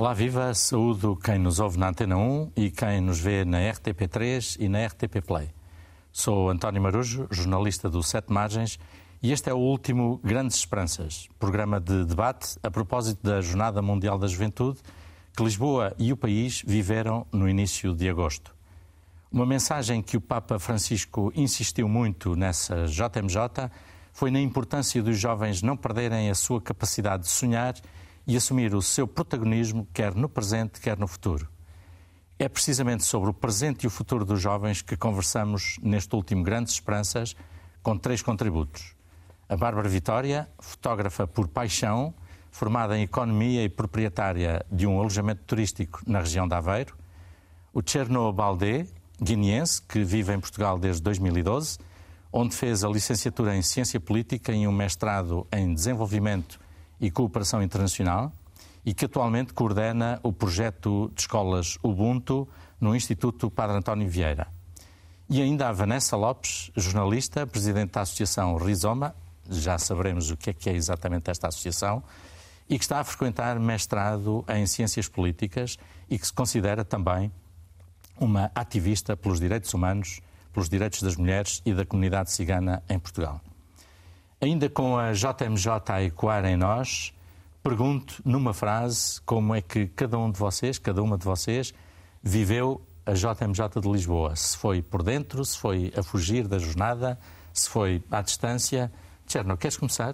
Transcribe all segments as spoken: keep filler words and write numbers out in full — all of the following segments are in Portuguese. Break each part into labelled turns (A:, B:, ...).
A: Olá, viva! Saúdo quem nos ouve na Antena um e quem nos vê na R T P três e na R T P Play. Sou António Marujo, jornalista do Sete Margens, e este é o último Grandes Esperanças, programa de debate a propósito da Jornada Mundial da Juventude que Lisboa e o país viveram no início de agosto. Uma mensagem que o Papa Francisco insistiu muito nessa J M J foi na importância dos jovens não perderem a sua capacidade de sonhar e assumir o seu protagonismo, quer no presente, quer no futuro. É precisamente sobre o presente e o futuro dos jovens que conversamos neste último Grandes Esperanças, com três contributos. A Bárbara Vitória, fotógrafa por paixão, formada em Economia e proprietária de um alojamento turístico na região de Aveiro. O Cherno Baldé, guineense, que vive em Portugal desde dois mil e doze, onde fez a licenciatura em Ciência Política e um mestrado em Desenvolvimento e Cooperação Internacional, e que atualmente coordena o projeto de escolas Ubuntu no Instituto Padre António Vieira. E ainda a Vanessa Lopes, jornalista, presidente da Associação Rizoma, já saberemos o que é que é exatamente esta associação, e que está a frequentar mestrado em Ciências Políticas e que se considera também uma ativista pelos direitos humanos, pelos direitos das mulheres e da comunidade cigana em Portugal. Ainda com a J M J a ecoar em nós, pergunto numa frase como é que cada um de vocês, cada uma de vocês, viveu a J M J de Lisboa. Se foi por dentro, se foi a fugir da jornada, se foi à distância. Cherno, queres começar?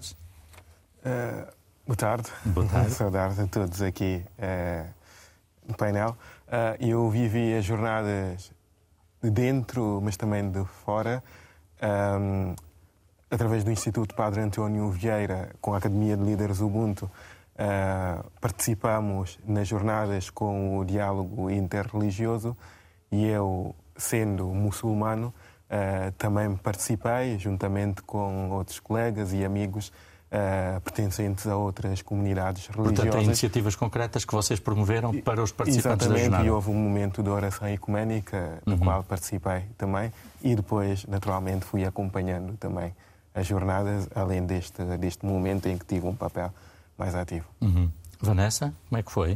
B: Uh, boa tarde.
A: Boa tarde.
B: Saudades a todos aqui uh, no painel. Uh, eu vivi as jornadas de dentro, mas também de fora. Um, Através do Instituto Padre António Vieira, com a Academia de Líderes Ubuntu, uh, participamos nas jornadas com o diálogo interreligioso e eu, sendo muçulmano, uh, também participei, juntamente com outros colegas e amigos uh, pertencentes a outras comunidades religiosas.
A: Portanto, há iniciativas concretas que vocês promoveram para os participantes
B: Exatamente,
A: da jornada.
B: E houve um momento de oração ecuménica, no uhum. qual participei também, e depois, naturalmente, fui acompanhando também as jornadas, além deste, deste momento em que tive um papel mais ativo.
A: Uhum. Vanessa, como é que foi?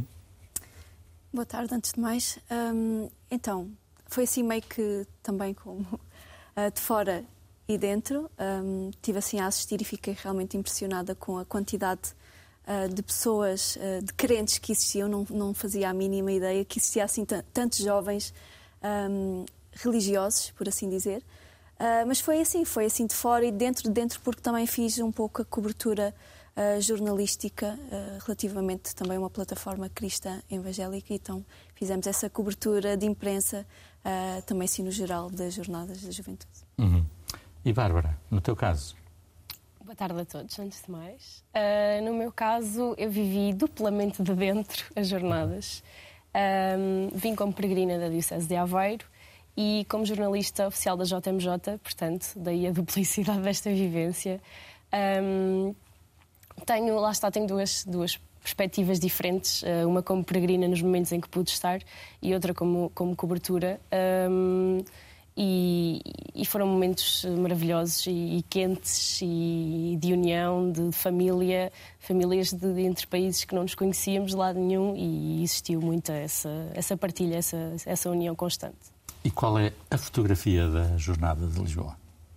C: Boa tarde, antes de mais. Um, então, foi assim meio que também como uh, de fora e dentro. Um, estive assim a assistir e fiquei realmente impressionada com a quantidade uh, de pessoas, uh, de crentes que existiam. Não, não fazia a mínima ideia que existia assim t- tantos jovens um, religiosos, por assim dizer. Uh, mas foi assim, foi assim de fora e dentro de dentro, porque também fiz um pouco a cobertura uh, jornalística uh, relativamente também a uma plataforma cristã evangélica, então fizemos essa cobertura de imprensa uh, também assim no geral das jornadas da juventude.
A: Uhum. E Bárbara, no teu caso?
D: Boa tarde a todos, antes de mais. Uh, no meu caso, eu vivi duplamente de dentro as jornadas. Uh, vim como peregrina da Diocese de Aveiro e como jornalista oficial da J M J, portanto, daí a duplicidade desta vivência. Um, tenho, lá está, tenho duas, duas perspectivas diferentes, uma como peregrina nos momentos em que pude estar e outra como, como cobertura. Um, e, e foram momentos maravilhosos e, e quentes e de união, de família, famílias de, de entre países que não nos conhecíamos de lado nenhum, e existiu muita essa, essa partilha, essa, essa união constante.
A: E qual é a fotografia da Jornada de Lisboa?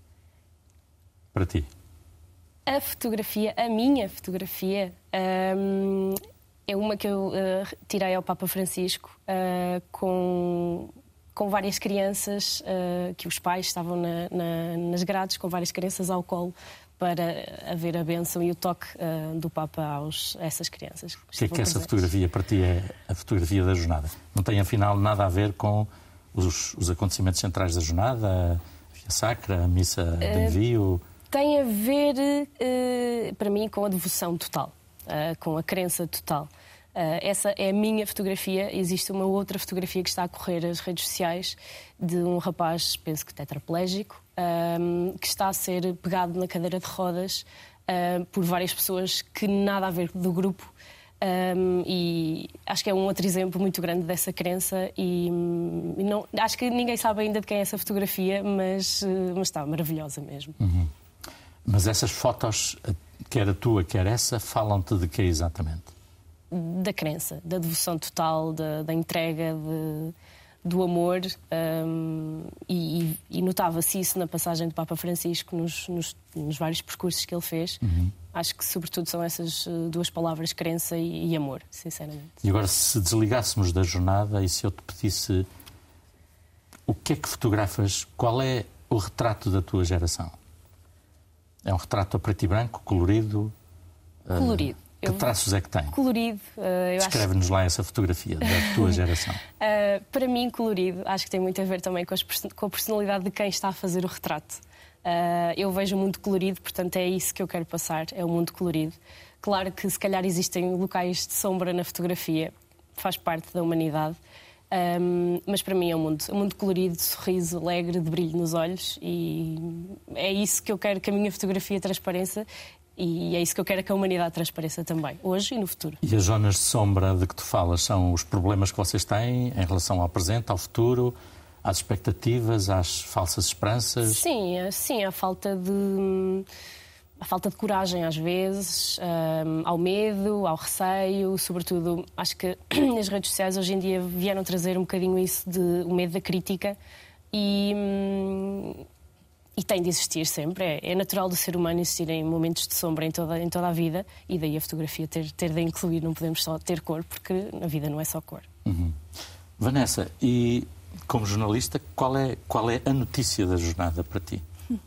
A: Para ti?
D: A fotografia, a minha fotografia, hum, é uma que eu uh, tirei ao Papa Francisco uh, com, com várias crianças, uh, que os pais estavam na, na, nas grades, com várias crianças ao colo, para haver a bênção e o toque uh, do Papa aos, a essas crianças.
A: O que é que essa fotografia para ti é a fotografia da Jornada? Não tem, afinal, nada a ver com Os, os acontecimentos centrais da jornada, a Via Sacra, a missa de envio? Uh,
D: tem a ver, uh, para mim, com a devoção total, uh, com a crença total. Uh, essa é a minha fotografia. Existe uma outra fotografia que está a correr as redes sociais de um rapaz, penso que tetraplégico, um, que está a ser pegado na cadeira de rodas uh, por várias pessoas que nada a ver do grupo. Um, e acho que é um outro exemplo muito grande dessa crença e, e não, acho que ninguém sabe ainda de quem é essa fotografia, mas, mas está maravilhosa mesmo.
A: Uhum. Mas essas fotos, quer a tua, quer essa, falam-te de quê exatamente?
D: da crença, da devoção total, da, da entrega, de, do amor, um, e, e notava-se isso na passagem do Papa Francisco, nos, nos, nos vários percursos que ele fez. Uhum. Acho que, sobretudo, são essas duas palavras, crença e, e amor, sinceramente.
A: E agora, se desligássemos da jornada e se eu te pedisse o que é que fotografas, qual é o retrato da tua geração? É um retrato a preto e branco, colorido?
D: Colorido.
A: Uh, que traços é que tem?
D: Colorido. Uh,
A: Descreve-nos acho... lá essa fotografia da tua geração.
D: Uh, para mim, colorido, acho que tem muito a ver também com, as, com a personalidade de quem está a fazer o retrato. Uh, eu vejo o mundo colorido, portanto é isso que eu quero passar, é o mundo colorido. Claro que se calhar existem locais de sombra na fotografia, faz parte da humanidade, um, mas para mim é um mundo, um mundo colorido, de sorriso alegre, de brilho nos olhos, e é isso que eu quero que a minha fotografia transpareça. E é isso que eu quero que a humanidade transpareça também, hoje e no futuro.
A: E as zonas de sombra de que tu falas são os problemas que vocês têm em relação ao presente, ao futuro, às expectativas, às falsas esperanças?
D: Sim, sim, a falta de, a falta de coragem às vezes, um, ao medo, ao receio, sobretudo, acho que as redes sociais hoje em dia vieram trazer um bocadinho isso, de, o medo da crítica, e... Hum, E tem de existir sempre. É, é natural do ser humano existir em momentos de sombra em toda, em toda a vida, e daí a fotografia ter, ter de incluir. Não podemos só ter cor, porque a vida não é só cor.
A: Uhum. Vanessa, e como jornalista, qual é, qual é a notícia da jornada para ti?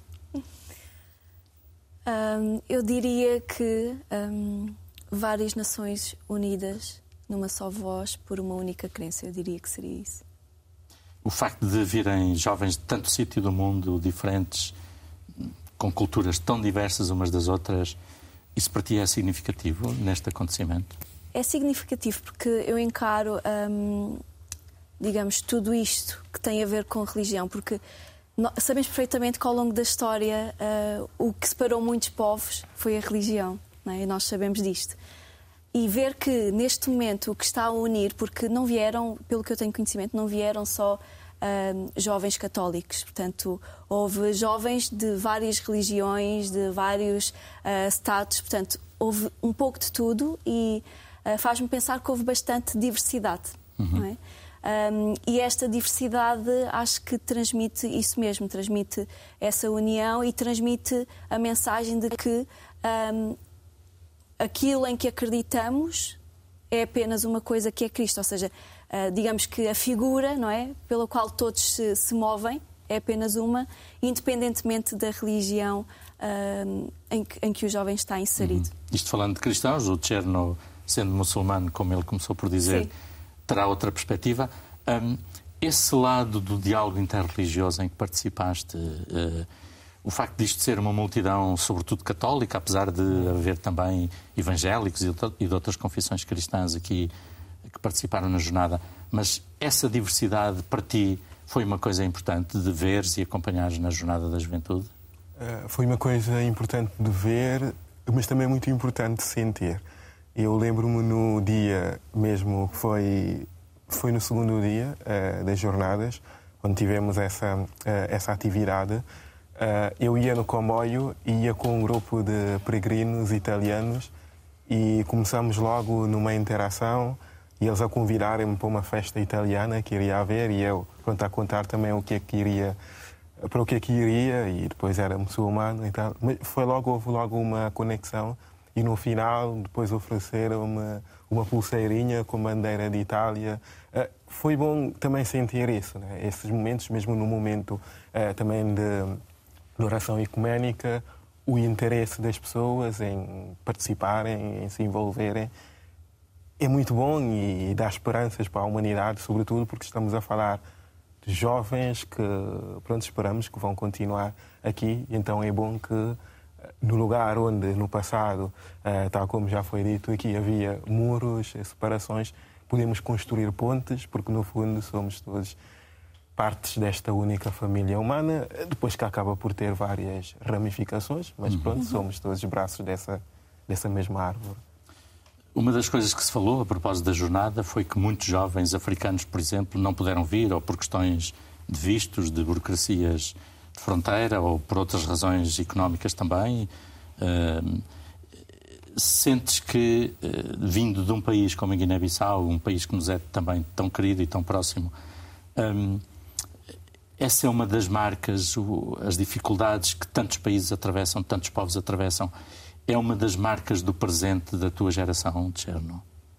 C: Um, eu diria que um, várias nações unidas numa só voz por uma única crença. Eu diria que seria isso.
A: O facto de virem jovens de tanto sítio do mundo, diferentes, com culturas tão diversas umas das outras, isso para ti é significativo neste acontecimento?
C: É significativo porque eu encaro, hum, digamos, tudo isto que tem a ver com religião, porque sabemos perfeitamente que ao longo da história uh, o que separou muitos povos foi a religião, não é? E nós sabemos disto. E ver que, neste momento, o que está a unir, porque não vieram, pelo que eu tenho conhecimento, não vieram só uh, jovens católicos. Portanto, houve jovens de várias religiões, de vários uh, status. Portanto, houve um pouco de tudo e uh, faz-me pensar que houve bastante diversidade. Uhum. Não é? Um, e esta diversidade acho que transmite isso mesmo, transmite essa união e transmite a mensagem de que... Um, aquilo em que acreditamos é apenas uma coisa que é Cristo, ou seja, digamos que a figura, não é, pela qual todos se, se movem é apenas uma, independentemente da religião uh, em, que, em que o jovem está inserido.
A: Uhum. Isto falando de cristãos, o Cherno, sendo muçulmano, como ele começou por dizer, sim, terá outra perspectiva. Um, esse lado do diálogo interreligioso em que participaste... Uh, O facto disto ser uma multidão, sobretudo católica, apesar de haver também evangélicos e de outras confissões cristãs aqui que participaram na jornada, mas essa diversidade para ti foi uma coisa importante de veres e acompanhares na jornada da juventude?
B: Uh, foi uma coisa importante de ver, mas também muito importante de sentir. Eu lembro-me no dia mesmo, foi, foi no segundo dia uh, das jornadas, onde tivemos essa, uh, essa atividade. Uh, eu ia no comboio, ia com um grupo de peregrinos italianos e começamos logo numa interação e eles a convidarem-me para uma festa italiana que iria haver e eu pronto, a contar também o que é que iria, para o que é que iria, e depois era muçulmano e tal. Mas foi logo, houve logo uma conexão e no final depois ofereceram-me uma pulseirinha com bandeira de Itália. Uh, foi bom também sentir isso, né? Esses momentos, mesmo no momento uh, também de de oração ecuménica, o interesse das pessoas em participarem, em se envolverem, é muito bom e dá esperanças para a humanidade, sobretudo porque estamos a falar de jovens que, pronto, esperamos que vão continuar aqui. Então é bom que, no lugar onde, no passado, tal como já foi dito aqui, havia muros, separações, podemos construir pontes, porque no fundo somos todos partes desta única família humana, depois que acaba por ter várias ramificações, mas pronto, uhum. somos todos braços dessa, dessa mesma árvore.
A: Uma das coisas que se falou a propósito da jornada foi que muitos jovens africanos, por exemplo, não puderam vir, ou por questões de vistos, de burocracias de fronteira, ou por outras razões económicas também. sentes que, vindo de um país como a Guiné-Bissau, um país que nos é também tão querido e tão próximo, um, essa é uma das marcas, as dificuldades que tantos países atravessam, tantos povos atravessam, é uma das marcas do presente da tua geração, Cherno?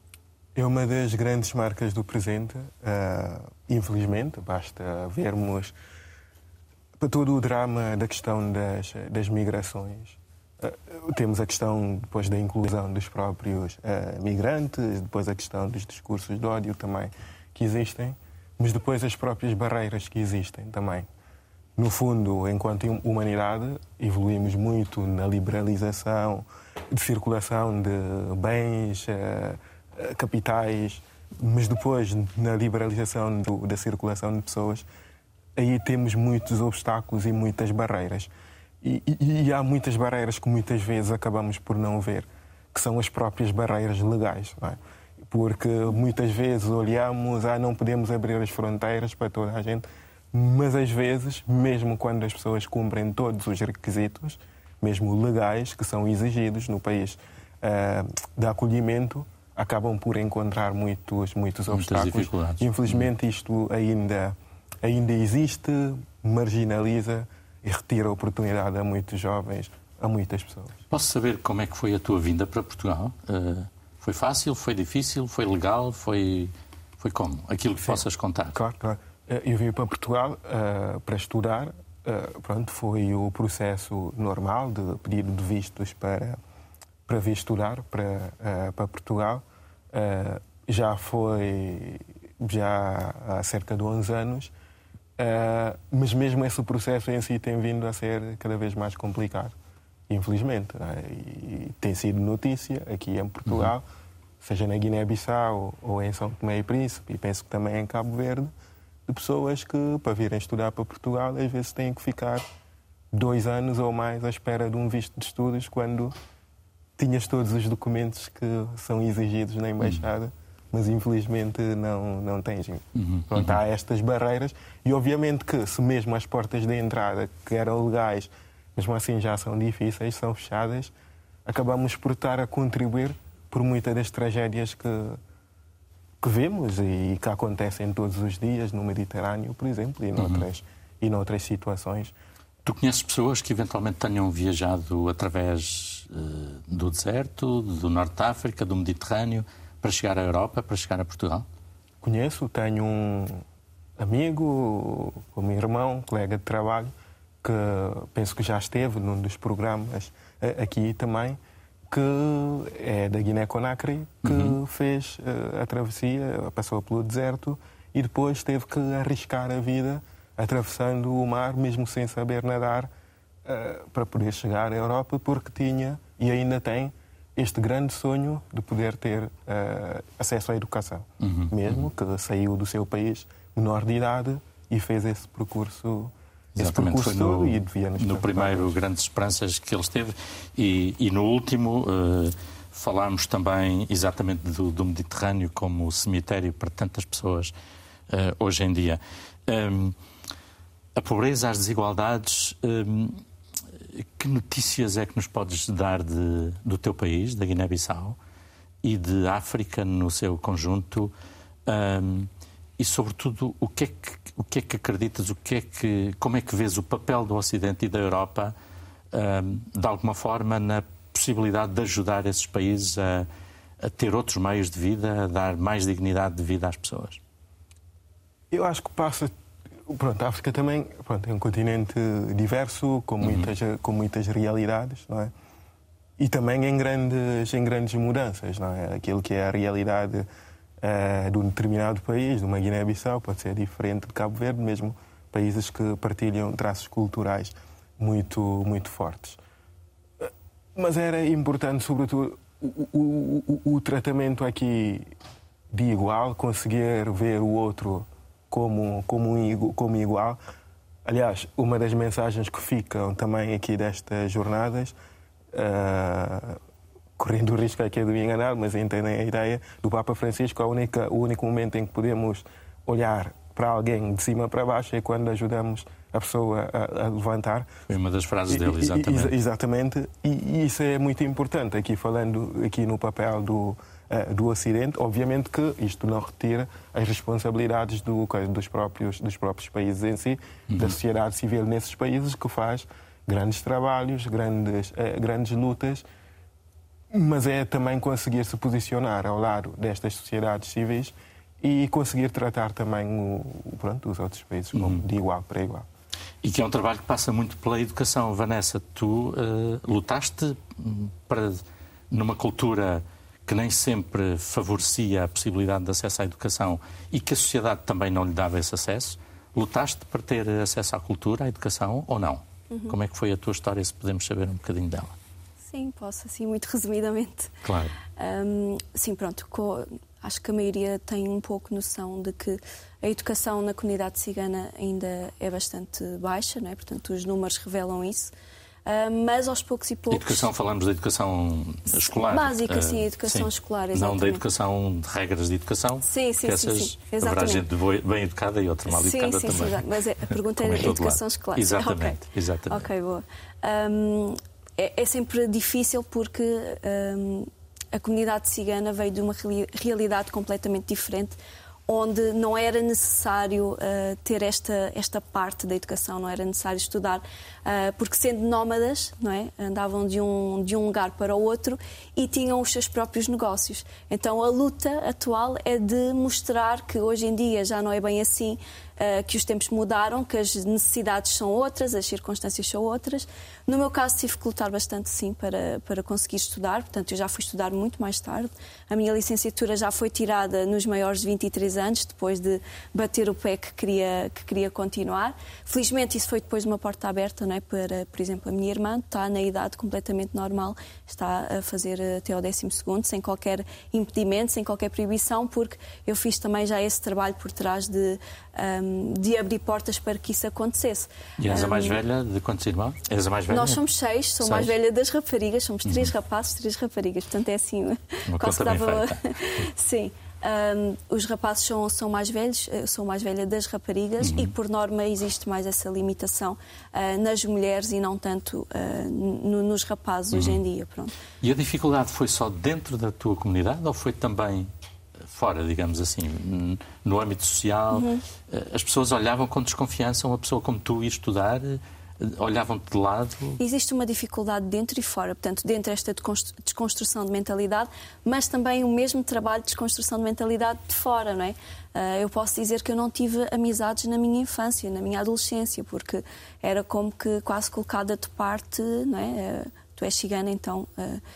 B: É uma das grandes marcas do presente, uh, infelizmente. Basta vermos todo o drama da questão das, das migrações. Uh, temos a questão depois da inclusão dos próprios uh, migrantes, depois a questão dos discursos de ódio também que existem, mas depois as próprias barreiras que existem também. No fundo, enquanto humanidade, evoluímos muito na liberalização de circulação de bens, uh, capitais, mas depois na liberalização do, da circulação de pessoas, aí temos muitos obstáculos e muitas barreiras. E, e, e há muitas barreiras que muitas vezes acabamos por não ver, que são as próprias barreiras legais, não é? Porque muitas vezes olhamos, ah, não podemos abrir as fronteiras para toda a gente, mas às vezes, mesmo quando as pessoas cumprem todos os requisitos, mesmo legais, que são exigidos no país uh, de acolhimento, acabam por encontrar muitos, muitos obstáculos. Infelizmente isto ainda, ainda existe, marginaliza e retira a oportunidade a muitos jovens, a muitas pessoas.
A: Posso saber como é que foi a tua vinda para Portugal? Uh, foi fácil, foi difícil, foi legal, foi, foi como? Aquilo que Sim. possas contar.
B: Claro, claro. Eu vim para Portugal uh, para estudar. Uh, pronto, foi o processo normal de pedido de vistos para, para vir estudar para, uh, para Portugal. Uh, já foi já há cerca de onze anos, uh, mas mesmo esse processo em si tem vindo a ser cada vez mais complicado, infelizmente. Uh, e tem sido notícia aqui em Portugal, uhum. seja na Guiné-Bissau ou em São Tomé e Príncipe, e penso que também em Cabo Verde, de pessoas que, para virem estudar para Portugal, às vezes têm que ficar dois anos ou mais à espera de um visto de estudos, quando tinhas todos os documentos que são exigidos na Embaixada, uhum. mas infelizmente não, não tens. Uhum. Pronto, há estas barreiras e, obviamente, que se mesmo as portas de entrada, que eram legais, mesmo assim já são difíceis, são fechadas, acabamos por estar a contribuir por muitas das tragédias que que vemos e que acontecem todos os dias no Mediterrâneo, por exemplo, e noutras, uhum. e noutras situações.
A: Tu conheces pessoas que eventualmente tenham viajado através uh, do deserto, do Norte de África, do Mediterrâneo, para chegar à Europa, para chegar a Portugal?
B: Conheço, tenho um amigo, um irmão, um colega de trabalho, que penso que já esteve num dos programas aqui também, que é da Guiné-Conakry, que uhum. fez uh, a travessia, passou pelo deserto e depois teve que arriscar a vida atravessando o mar, mesmo sem saber nadar, uh, para poder chegar à Europa, porque tinha e ainda tem este grande sonho de poder ter uh, acesso à educação. Uhum. Mesmo uhum. que saiu do seu país menor de idade e fez esse percurso.
A: Exatamente, foi no, e no primeiro Grandes Esperanças que ele esteve e, e no último uh, falámos também exatamente do, do Mediterrâneo como cemitério para tantas pessoas uh, hoje em dia. Um, a pobreza, as desigualdades, um, que notícias é que nos podes dar de, do teu país, da Guiné-Bissau e de África no seu conjunto? Um, E, sobretudo, o que é que, o que é que acreditas, o que é que, como é que vês o papel do Ocidente e da Europa, um, de alguma forma, na possibilidade de ajudar esses países a, a ter outros meios de vida, a dar mais dignidade de vida às pessoas?
B: Eu acho que passa... Pronto, a África também pronto, é um continente diverso, com muitas, uhum. com muitas realidades, não é? E também em grandes, em grandes mudanças, não é? Aquilo que é a realidade... Uh, de um determinado país, de uma Guiné-Bissau, pode ser diferente de Cabo Verde, mesmo países que partilham traços culturais muito, muito fortes. Uh, mas era importante, sobretudo, o, o, o, o tratamento aqui de igual, conseguir ver o outro como, como, um, como igual. Aliás, uma das mensagens que ficam também aqui destas jornadas, uh, correndo o risco aqui de me enganar, mas entendem a ideia do Papa Francisco, a única, o único momento em que podemos olhar para alguém de cima para baixo é quando ajudamos a pessoa a, a levantar.
A: Foi uma das frases dele, exatamente.
B: E, exatamente, e, e isso é muito importante, aqui falando aqui no papel do, uh, do Ocidente. Obviamente que isto não retira as responsabilidades do, dos, próprios, dos próprios países em si, uhum. da sociedade civil nesses países, que faz grandes trabalhos, grandes, uh, grandes lutas, mas é também conseguir se posicionar ao lado destas sociedades civis e conseguir tratar também o, pronto, os outros países como uhum. de igual para igual.
A: E que é um trabalho que passa muito pela educação. Vanessa, tu uh, lutaste para, numa cultura que nem sempre favorecia a possibilidade de acesso à educação e que a sociedade também não lhe dava esse acesso, lutaste para ter acesso à cultura, à educação ou não? Uhum. Como é que foi a tua história, se podemos saber um bocadinho dela?
C: Sim, posso, assim, muito resumidamente.
A: Claro.
C: Um, sim, pronto, co... acho que a maioria tem um pouco noção de que a educação na comunidade cigana ainda é bastante baixa, não é? Portanto, os números revelam isso. Uh, mas aos poucos e poucos...
A: Educação, falamos da educação escolar.
C: Básica, uh, sim, a educação sim. escolar, exatamente.
A: Não da educação, de regras de educação.
C: Sim, sim,
A: essas,
C: sim, sim. Haverá
A: gente bem educada e outra mal
C: sim,
A: educada
C: sim,
A: também.
C: Sim, mas a pergunta é da educação escolar.
A: Exatamente,
C: okay.
A: exatamente.
C: Ok, boa. Um, é, é sempre difícil porque um, a comunidade cigana veio de uma realidade completamente diferente, onde não era necessário uh, ter esta, esta parte da educação, não era necessário estudar, uh, porque sendo nómadas, não é? Andavam de um, de um lugar para o outro e tinham os seus próprios negócios. Então a luta atual é de mostrar que hoje em dia já não é bem assim, uh, que os tempos mudaram, que as necessidades são outras, as circunstâncias são outras. No meu caso tive que lutar bastante, sim, para, para conseguir estudar, portanto eu já fui estudar muito mais tarde. A minha licenciatura já foi tirada nos maiores de vinte e três anos, depois de bater o pé que queria, que queria continuar. Felizmente isso foi depois de uma porta aberta, não é? Para, por exemplo, a minha irmã está na idade completamente normal, está a fazer até ao décimo segundo, sem qualquer impedimento, sem qualquer proibição, porque eu fiz também já esse trabalho por trás de, um, de abrir portas para que isso acontecesse.
A: E és a mais
C: um,
A: velha de quantos irmãos? És a mais velha?
C: Nós somos seis, sou a mais velha das raparigas, somos três uhum. rapazes, três raparigas, portanto é assim...
A: Uma conta bem feita.
C: Sim. Um, os rapazes são, são mais velhos, eu sou mais velha das raparigas uhum. e, por norma, existe mais essa limitação uh, nas mulheres e não tanto uh, no, nos rapazes uhum. hoje em dia. Pronto.
A: E a dificuldade foi só dentro da tua comunidade ou foi também fora, digamos assim, no âmbito social? Uhum. As pessoas olhavam com desconfiança uma pessoa como tu ir estudar? Olhavam-te de lado?
C: Existe uma dificuldade dentro e fora, portanto, dentro desta desconstrução de mentalidade, mas também o mesmo trabalho de desconstrução de mentalidade de fora, não é? Eu posso dizer que eu não tive amizades na minha infância, na minha adolescência, porque era como que quase colocada de parte, não é? Tu és cigana, então...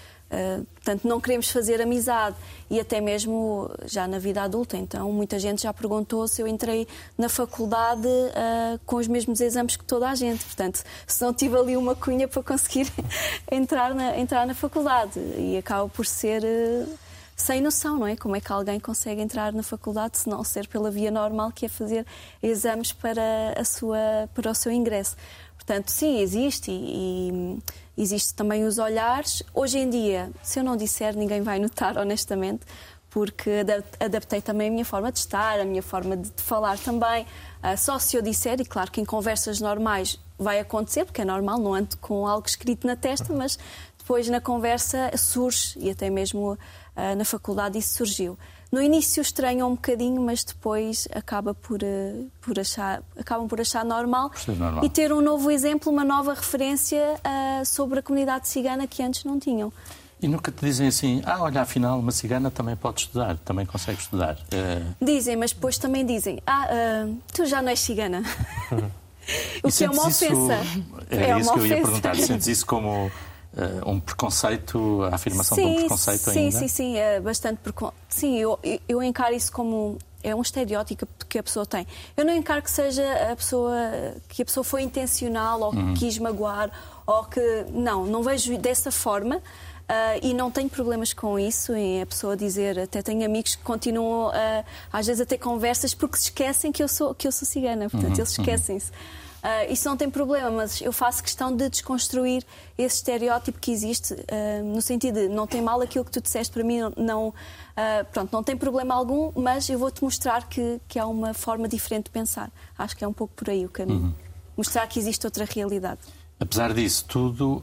C: Uh, portanto, não queremos fazer amizade e até mesmo já na vida adulta. Então, muita gente já perguntou se eu entrei na faculdade uh, com os mesmos exames que toda a gente. Portanto, se não tive ali uma cunha para conseguir entrar, na, entrar na faculdade. E acaba por ser uh, sem noção, não é? Como é que alguém consegue entrar na faculdade se não ser pela via normal, que é fazer exames para, a sua, para o seu ingresso. Portanto, sim, existe e, e existe também os olhares. Hoje em dia, se eu não disser, ninguém vai notar, honestamente, porque adaptei também a minha forma de estar, a minha forma de falar também. Só se eu disser, e claro que em conversas normais vai acontecer, porque é normal, não ando com algo escrito na testa, mas depois na conversa surge, e até mesmo na faculdade isso surgiu. No início estranham um bocadinho, mas depois acaba por, por achar, acabam por achar normal,
A: por normal
C: e ter um novo exemplo, uma nova referência uh, sobre a comunidade cigana que antes não tinham.
A: E nunca te dizem assim, ah, olha, afinal, uma cigana também pode estudar, também consegue estudar? Uh...
C: Dizem, mas depois também dizem, ah, uh, tu já não és cigana. O que é uma ofensa.
A: Isso... Era
C: é
A: isso
C: uma
A: que eu ia
C: ofensa.
A: perguntar. Sentes isso como... Uh, um preconceito, a afirmação
C: sim,
A: de um preconceito
C: sim,
A: ainda?
C: Sim, sim, sim, é bastante preconceito. Sim, eu, eu encaro isso como é um estereótipo que a pessoa tem. Eu não encaro que seja a pessoa que a pessoa foi intencional ou uhum. que quis magoar ou que não, não vejo dessa forma. Uh, e não tenho problemas com isso, em a pessoa dizer, até tenho amigos que continuam uh, às vezes a ter conversas porque se esquecem que eu sou, que eu sou cigana, portanto uhum. eles esquecem-se. Uh, isso não tem problema, mas eu faço questão de desconstruir esse estereótipo que existe, uh, no sentido de não tem mal aquilo que tu disseste para mim, não, uh, pronto, não tem problema algum, mas eu vou-te mostrar que, que há uma forma diferente de pensar. Acho que é um pouco por aí o caminho.
A: Uhum.
C: mostrar que existe outra realidade.
A: Apesar disso tudo,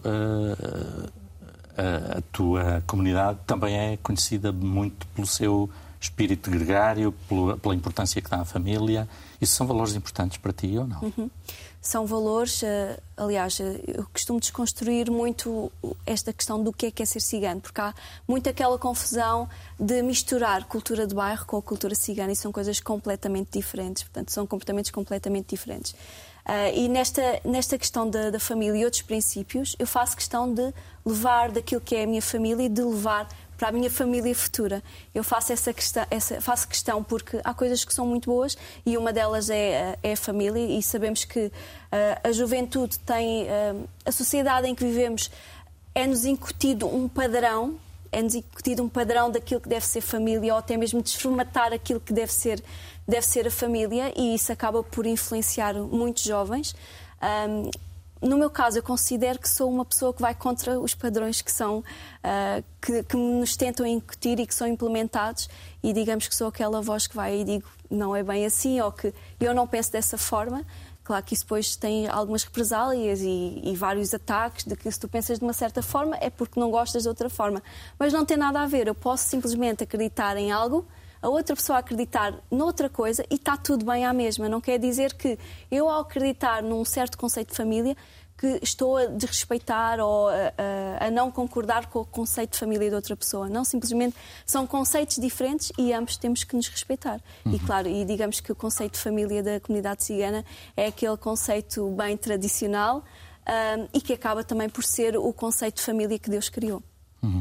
A: uh, a, a tua comunidade também é conhecida muito pelo seu espírito gregário, pela, pela importância que dá à família. Isso são valores importantes para ti ou não?
C: Uhum. São valores, uh, aliás, eu costumo desconstruir muito esta questão do que é que é ser cigano, porque há muito aquela confusão de misturar cultura de bairro com a cultura cigana e são coisas completamente diferentes, portanto, são comportamentos completamente diferentes. Uh, e nesta, nesta questão da, da família e outros princípios, eu faço questão de levar daquilo que é a minha família e de levar para a minha família futura. Eu faço essa questão, essa, faço questão porque há coisas que são muito boas e uma delas é, é a família e sabemos que uh, a juventude tem... Uh, a sociedade em que vivemos é-nos incutido um padrão, é-nos incutido um padrão daquilo que deve ser família ou até mesmo desformatar aquilo que deve ser, deve ser a família e isso acaba por influenciar muitos jovens. Um, No meu caso, eu considero que sou uma pessoa que vai contra os padrões que são uh, que, que nos tentam incutir e que são implementados e digamos que sou aquela voz que vai e digo não é bem assim ou que eu não penso dessa forma. Claro que isso depois tem algumas represálias e, e vários ataques de que se tu pensas de uma certa forma é porque não gostas de outra forma. Mas não tem nada a ver. Eu posso simplesmente acreditar em algo, a outra pessoa acreditar noutra coisa e está tudo bem à mesma. Não quer dizer que eu, ao acreditar num certo conceito de família, que estou a desrespeitar ou a, a, a não concordar com o conceito de família de outra pessoa. Não, simplesmente são conceitos diferentes e ambos temos que nos respeitar. Uhum. E claro, e digamos que o conceito de família da comunidade cigana é aquele conceito bem tradicional um, e que acaba também por ser o conceito de família que Deus criou.
A: Uhum.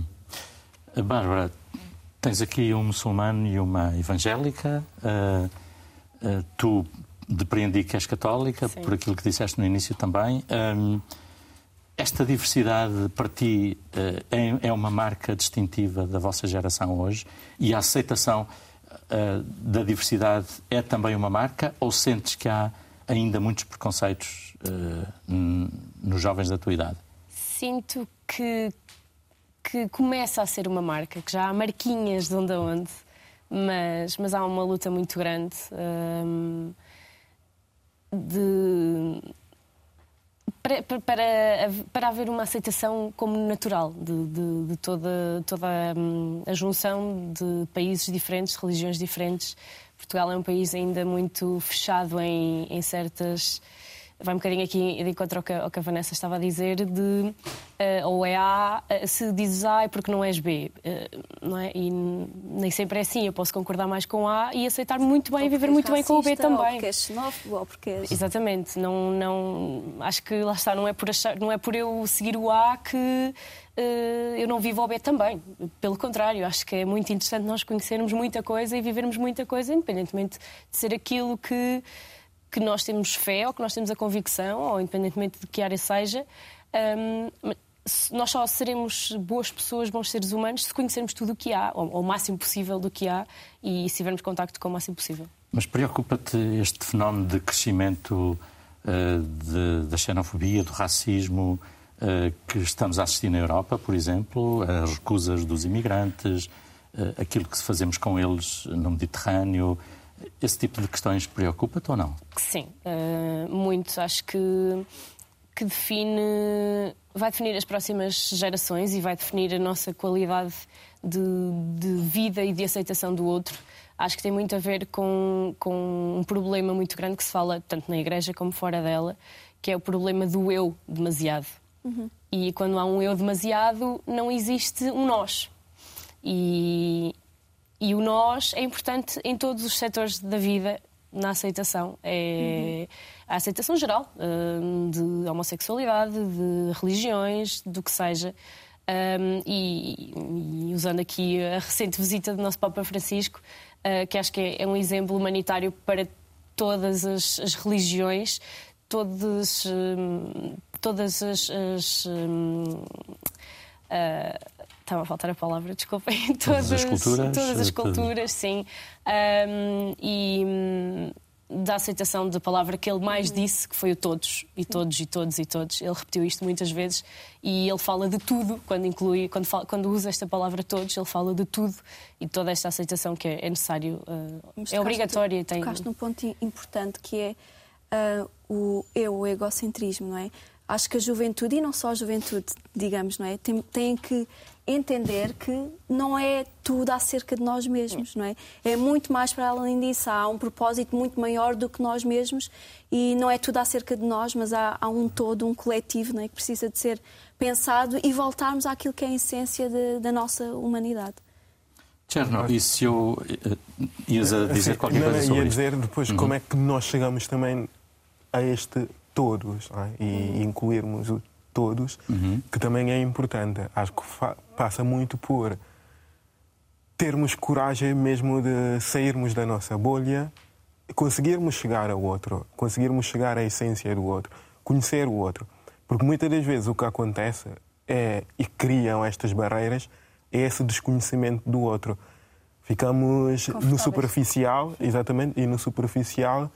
A: Bárbara, tens aqui um muçulmano e uma evangélica. Uh, uh, tu depreendi que és católica, sim, por aquilo que disseste no início também. Um, esta diversidade para ti uh, é, é uma marca distintiva da vossa geração hoje e a aceitação uh, da diversidade é também uma marca ou sentes que há ainda muitos preconceitos uh, nos jovens da tua idade?
D: Sinto que, que começa a ser uma marca, que já há marquinhas de onde a onde, mas, mas há uma luta muito grande. Um, De, para, para, para haver uma aceitação como natural de, de, de toda, toda a, a junção de países diferentes, de religiões diferentes. Portugal é um país ainda muito fechado em, em certas... Vai um bocadinho aqui de encontro ao que, ao que a Vanessa estava a dizer, de uh, ou é A, uh, se dizes A é porque não és B. Uh, não é? E nem sempre é assim. Eu posso concordar mais com A e aceitar muito bem e viver muito bem com o B também.
C: Ou porque és xenófobo, ou porque és...
D: Exatamente. Não, não, acho que lá está, não é por, achar, não é por eu seguir o A que uh, eu não vivo o B também. Pelo contrário, acho que é muito interessante nós conhecermos muita coisa e vivermos muita coisa, independentemente de ser aquilo que... que nós temos fé ou que nós temos a convicção, ou independentemente de que área seja, um, nós só seremos boas pessoas, bons seres humanos, se conhecermos tudo o que há, ou, ou o máximo possível do que há, e se tivermos contacto com o máximo possível.
A: Mas preocupa-te este fenómeno de crescimento uh, de, da xenofobia, do racismo, uh, que estamos a assistir na Europa, por exemplo, as recusas dos imigrantes, uh, aquilo que fazemos com eles no Mediterrâneo. Esse tipo de questões preocupa-te ou não?
D: Sim, uh, muito. Acho que, que define, vai definir as próximas gerações e vai definir a nossa qualidade de, de vida e de aceitação do outro. Acho que tem muito a ver com, com um problema muito grande que se fala tanto na Igreja como fora dela, que é o problema do eu demasiado. Uhum. E quando há um eu demasiado, não existe um nós. E... E o nós é importante em todos os setores da vida, na aceitação. É uhum. a aceitação geral de homossexualidade, de religiões, do que seja. Um, e, e usando aqui a recente visita do nosso Papa Francisco, uh, que acho que é, é um exemplo humanitário para todas as, as religiões, todas, um, todas as... as um, uh, Estava a faltar a palavra, desculpem.
A: Todas, todas as culturas.
D: Todas as culturas, sim. Um, e um, da aceitação da palavra que ele mais disse, que foi o todos, e todos, e todos, e todos. Ele repetiu isto muitas vezes e ele fala de tudo, quando inclui, quando, fala, quando usa esta palavra todos, ele fala de tudo e de toda esta aceitação que é, é necessário, uh, é obrigatória.
C: Tu, tocaste num ponto importante que é uh, o eu, o egocentrismo, não é? Acho que a juventude, e não só a juventude, digamos, não é? Tem, tem que entender que não é tudo acerca de nós mesmos, não é? É muito mais para além disso. Há um propósito muito maior do que nós mesmos e não é tudo acerca de nós, mas há, há um todo, um coletivo, não é? Que precisa de ser pensado e voltarmos àquilo que é a essência de, da nossa humanidade.
A: Cherno, e se eu uh, ias a dizer
B: Sim,
A: qualquer
B: não,
A: coisa sobre
B: ia
A: isto?
B: dizer depois uhum. como é que nós chegamos também a este todos, não é? E uhum. incluirmos o todos, uhum. que também é importante. Acho que passa muito por termos coragem mesmo de sairmos da nossa bolha, conseguirmos chegar ao outro, conseguirmos chegar à essência do outro, conhecer o outro. Porque muitas das vezes o que acontece é, e criam estas barreiras, é esse desconhecimento do outro. Ficamos no superficial, exatamente, e no superficial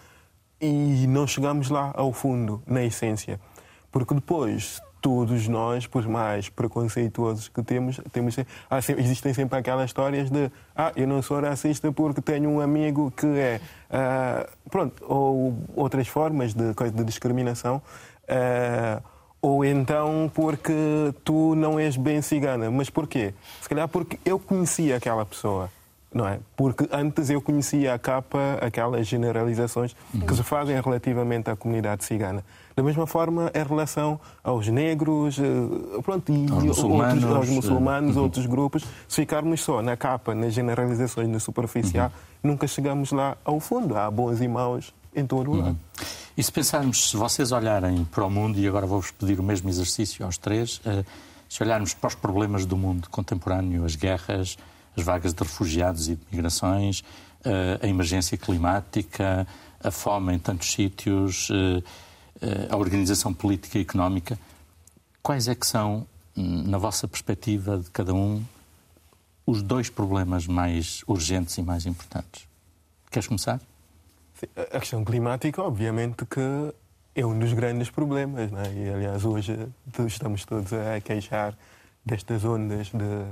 B: e não chegamos lá ao fundo, na essência. Porque depois, todos nós, por mais preconceituosos que temos, temos ah, existem sempre aquelas histórias de ah, eu não sou racista porque tenho um amigo que é... Ah, pronto, ou outras formas de, de discriminação. Ah, ou então porque tu não és bem cigana. Mas porquê? Se calhar porque eu conhecia aquela pessoa. Não é? Porque antes eu conhecia a capa, aquelas generalizações uhum. que se fazem relativamente à comunidade cigana. Da mesma forma, em relação aos negros, pronto, e
A: aos muçulmanos,
B: outros, aos muçulmanos
A: uhum.
B: outros grupos, se ficarmos só na capa, nas generalizações, no superficial, uhum. nunca chegamos lá ao fundo. Há bons e maus em todo o lado.
A: Uhum. E se pensarmos, se vocês olharem para o mundo, e agora vou-vos pedir o mesmo exercício aos três, se olharmos para os problemas do mundo contemporâneo, as guerras, as vagas de refugiados e de migrações, a emergência climática, a fome em tantos sítios, a organização política e económica, quais é que são, na vossa perspectiva de cada um, os dois problemas mais urgentes e mais importantes? Queres começar?
B: A questão climática, obviamente, que é um dos grandes problemas, não é? E, aliás, hoje estamos todos a queixar destas ondas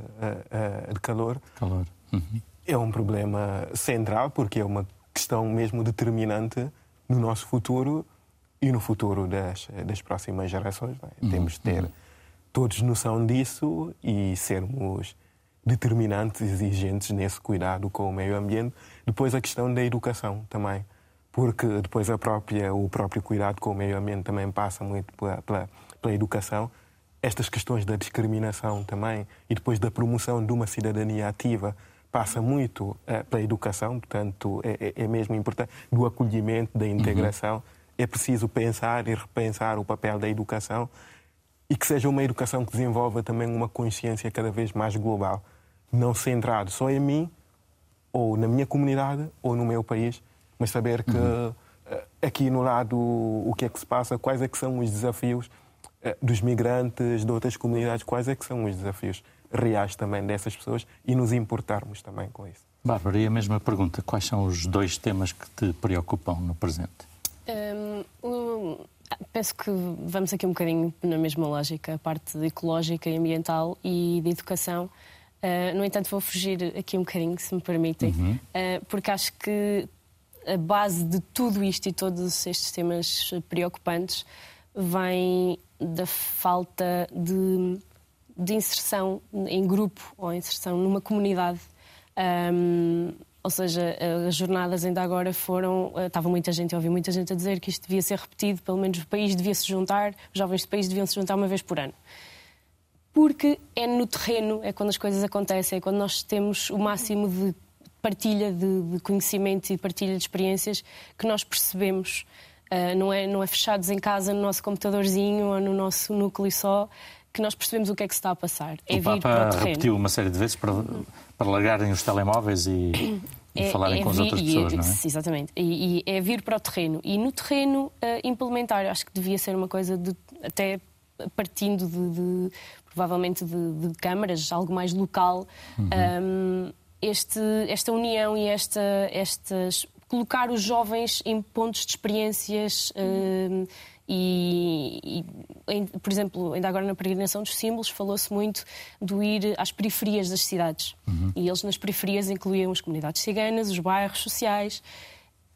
B: de, de calor.
A: calor. Uhum.
B: É um problema central, porque é uma questão mesmo determinante no nosso futuro e no futuro das, das próximas gerações. Não é? Uhum. Temos de ter uhum. todos noção disso e sermos determinantes e exigentes nesse cuidado com o meio ambiente. Depois a questão da educação também, porque depois a própria, o próprio cuidado com o meio ambiente também passa muito pela, pela, pela educação. Estas questões da discriminação também e depois da promoção de uma cidadania ativa passa muito uh, pela educação, portanto é, é mesmo importante, do acolhimento, da integração. Uhum. É preciso pensar e repensar o papel da educação e que seja uma educação que desenvolva também uma consciência cada vez mais global, não centrado só em mim, ou na minha comunidade, ou no meu país, mas saber que uhum. uh, aqui no lado o que é que se passa, quais é que são os desafios dos migrantes, de outras comunidades, quais é que são os desafios reais também dessas pessoas e nos importarmos também com isso.
A: Bárbara, e a mesma pergunta, quais são os dois temas que te preocupam no presente?
D: Um, um, penso que vamos aqui um bocadinho na mesma lógica, a parte ecológica e ambiental e de educação. Uh, no entanto, vou fugir aqui um bocadinho, se me permitem, uhum. uh, porque acho que a base de tudo isto e todos estes temas preocupantes vem da falta de, de inserção em grupo ou inserção numa comunidade. Um, ou seja, as jornadas ainda agora foram... Estava muita gente, eu ouvi muita gente a dizer que isto devia ser repetido, pelo menos o país devia se juntar, os jovens do país deviam se juntar uma vez por ano. Porque é no terreno, é quando as coisas acontecem, é quando nós temos o máximo de partilha de, de conhecimento e partilha de experiências que nós percebemos. Uh, não, é, não é fechados em casa no nosso computadorzinho ou no nosso núcleo só que nós percebemos o que é que se está a passar. É
A: o
D: vir
A: Papa
D: para o terreno.
A: Repetiu uma série de vezes para, para largarem os telemóveis e,
D: é,
A: e falarem
D: é
A: com as
D: vir,
A: outras pessoas,
D: e,
A: não é?
D: Exatamente. E, e é vir para o terreno. E no terreno uh, implementar, acho que devia ser uma coisa de, até partindo de, de provavelmente de, de câmaras, algo mais local, uhum. um, este, esta união e esta, estas... colocar os jovens em pontos de experiências uh, e, e em, por exemplo, ainda agora na peregrinação dos símbolos falou-se muito do ir às periferias das cidades. Uhum. E eles nas periferias incluíam as comunidades ciganas, os bairros sociais.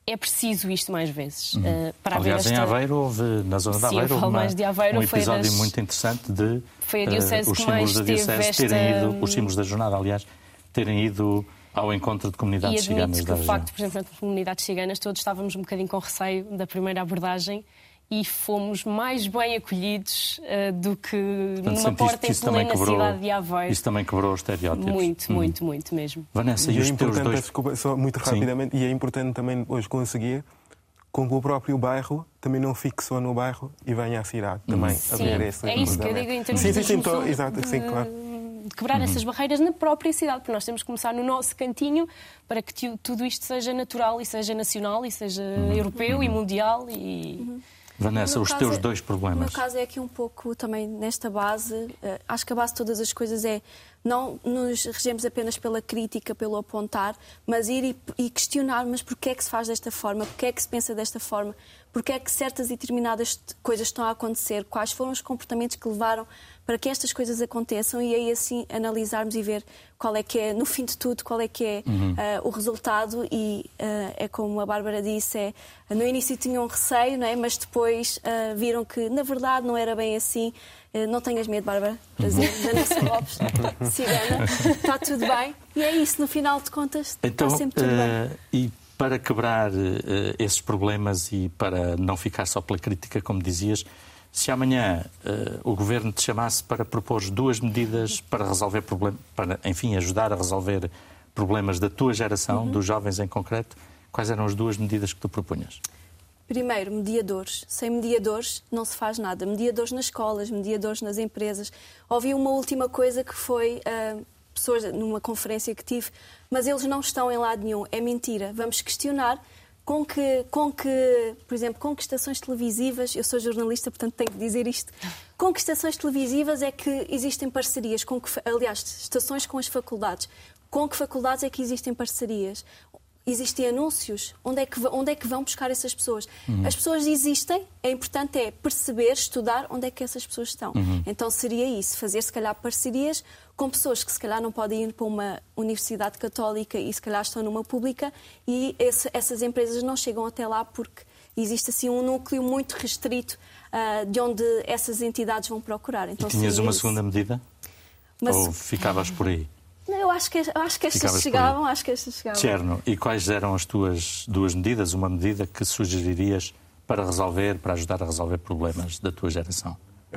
D: é preciso isto mais vezes. Uhum. Uh, para
A: Aliás,
D: haver esta...
A: em Aveiro, houve, na zona
D: Sim,
A: de Aveiro, houve uma,
D: de Aveiro,
A: um episódio
D: das...
A: muito interessante de
D: foi a diocese
A: uh, os
D: que
A: símbolos
D: mais
A: da diocese
D: esta...
A: terem ido, os símbolos da jornada, aliás, terem ido ao encontro de comunidades ciganas
D: que
A: da
D: o
A: região.
D: facto, por exemplo, nas comunidades ciganas, todos estávamos um bocadinho com receio da primeira abordagem e fomos mais bem acolhidos uh, do que
A: Portanto,
D: numa porta em plena cidade de Aveiro.
A: Isso também quebrou os estereótipos.
D: Muito,
A: hum.
D: muito, muito mesmo.
A: Vanessa, e,
B: e
A: os
B: é
A: teus dois...
B: Desculpa, só muito rapidamente, Sim. e é importante também hoje conseguir com que o próprio bairro também não fique só no bairro e venha à cidade também.
D: Sim,
B: a ver esse
D: é isso que eu digo em termos
B: sim, sim,
D: de,
B: sim, tô, exato,
D: de,
B: sim, claro.
D: de quebrar uhum. essas barreiras na própria cidade, porque nós temos que começar no nosso cantinho para que tudo isto seja natural e seja nacional e seja uhum. europeu uhum. e mundial e...
C: Uhum.
A: Vanessa, os teus é, dois problemas.
C: O meu caso é aqui um pouco também nesta base. Uh, acho que a base de todas as coisas é não nos regemos apenas pela crítica, pelo apontar, mas ir e, e questionar, mas porquê é que se faz desta forma, porquê é que se pensa desta forma, porquê é que certas e determinadas coisas estão a acontecer, quais foram os comportamentos que levaram para que estas coisas aconteçam e aí assim analisarmos e ver qual é que é, no fim de tudo, qual é que é uhum. uh, o resultado e uh, é como a Bárbara disse, é, no início tinham receio, não é? Mas depois uh, viram que na verdade não era bem assim. Uh, não tenhas medo, Bárbara, prazer, Vanessa Lopes, cigana, está tudo bem e é isso, no final de contas
A: então,
C: está sempre tudo
A: uh,
C: bem.
A: E para quebrar uh, esses problemas e para não ficar só pela crítica, como dizias, se amanhã uh, o Governo te chamasse para propor duas medidas para resolver problemas, para, enfim, ajudar a resolver problemas da tua geração, uhum. dos jovens em concreto, quais eram as duas medidas que tu propunhas?
C: Primeiro, mediadores. Sem mediadores não se faz nada. Mediadores nas escolas, mediadores nas empresas. Ouvi uma última coisa que foi uh, pessoas numa conferência que tive, mas eles não estão em lado nenhum. É mentira. Vamos questionar. Com que, com que, por exemplo, com que estações televisivas, eu sou jornalista, portanto tenho que dizer isto, com que estações televisivas é que existem parcerias, com que, aliás, estações com as faculdades, com que faculdades é que existem parcerias? Existem anúncios? Onde é que, onde é que vão buscar essas pessoas? Uhum. As pessoas existem, é importante é perceber, estudar onde é que essas pessoas estão. Uhum. Então seria isso, fazer se calhar parcerias com pessoas que se calhar não podem ir para uma universidade católica e se calhar estão numa pública e esse, essas empresas não chegam até lá porque existe assim um núcleo muito restrito uh, de onde essas entidades vão procurar. Então,
A: e tinhas uma
C: isso.
A: segunda medida? Mas... Ou ficavas por aí?
C: Eu acho que, eu acho que estas chegavam, acho que estas chegavam.
A: Tcherno, e quais eram as tuas duas medidas, uma medida que sugeririas para resolver, para ajudar a resolver problemas da tua geração?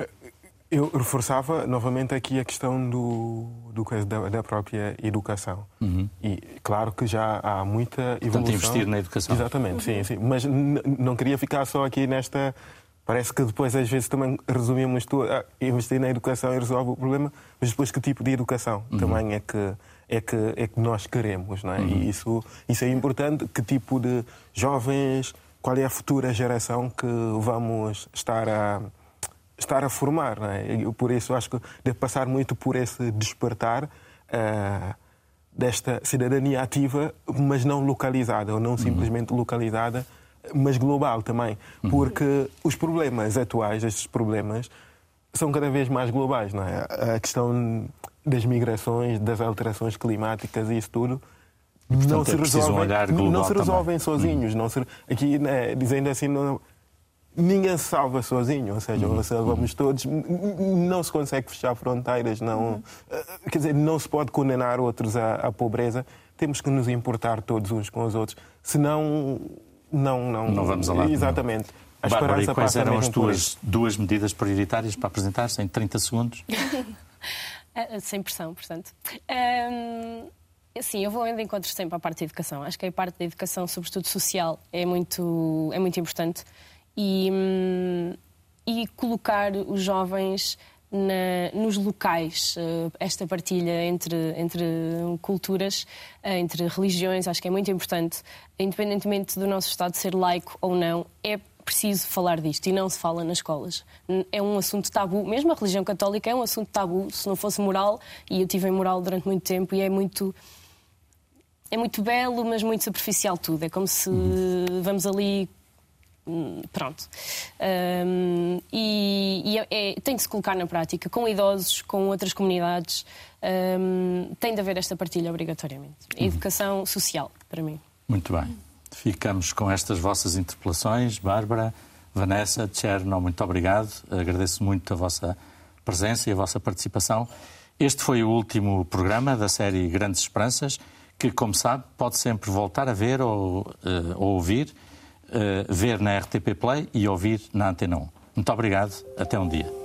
B: Eu reforçava novamente aqui a questão do, do, da, da própria educação. Uhum. E claro que já há muita evolução.
A: Portanto, investir na educação.
B: Exatamente,
C: uhum.
B: sim, sim. Mas n- não queria ficar só aqui nesta... Parece que depois, às vezes, também resumimos tudo. Ah, investir na educação e resolve o problema, mas depois que tipo de educação uhum. também é que, é, que, é que nós queremos, não é? Uhum. E isso, isso é importante. Que tipo de jovens, qual é a futura geração que vamos estar a, estar a formar, não é? Eu, por isso, acho que deve passar muito por esse despertar uh, desta cidadania ativa, mas não localizada, ou não uhum. simplesmente localizada, mas global também, porque os problemas atuais, estes problemas, são cada vez mais globais, não é? A questão das migrações, das alterações climáticas e isso tudo,
A: e, portanto,
B: não,
A: é
B: se resolvem,
A: um olhar global
B: não se resolvem
A: também.
B: sozinhos. Hum. Não se, aqui, né, dizendo assim, não, ninguém se salva sozinho, ou seja, hum. salvamos hum. todos, não se consegue fechar fronteiras, não, hum. quer dizer, não se pode condenar outros à, à pobreza, temos que nos importar todos uns com os outros, senão... Não, não,
A: não vamos a lado.
B: Exatamente.
A: A Bárbara, e quais eram as tuas duas medidas prioritárias para apresentar-se em trinta segundos?
D: Sem pressão, portanto. Um, sim, eu vou ainda encontro sempre à parte da educação. Acho que a parte da educação, sobretudo social, é muito, é muito importante. E, um, e colocar os jovens Na, nos locais, esta partilha entre, entre culturas, entre religiões, acho que é muito importante. Independentemente do nosso Estado ser laico ou não, é preciso falar disto e não se fala nas escolas. É um assunto tabu, mesmo a religião católica é um assunto tabu, se não fosse moral, e eu tive em moral durante muito tempo e é muito... É muito belo, mas muito superficial tudo. É como se uhum. vamos ali... Pronto. Um, e e é, é, tem que se colocar na prática, com idosos, com outras comunidades. Um, tem de haver esta partilha obrigatoriamente. Uhum. Educação social, para mim.
A: Muito bem. Ficamos com estas vossas interpelações. Bárbara, Vanessa, Cherno, muito obrigado. Agradeço muito a vossa presença e a vossa participação. Este foi o último programa da série Grandes Esperanças, que, como sabe, pode sempre voltar a ver ou, uh, ou ouvir, uh, ver na R T P Play e ouvir na Antena um. Muito obrigado. Até um dia.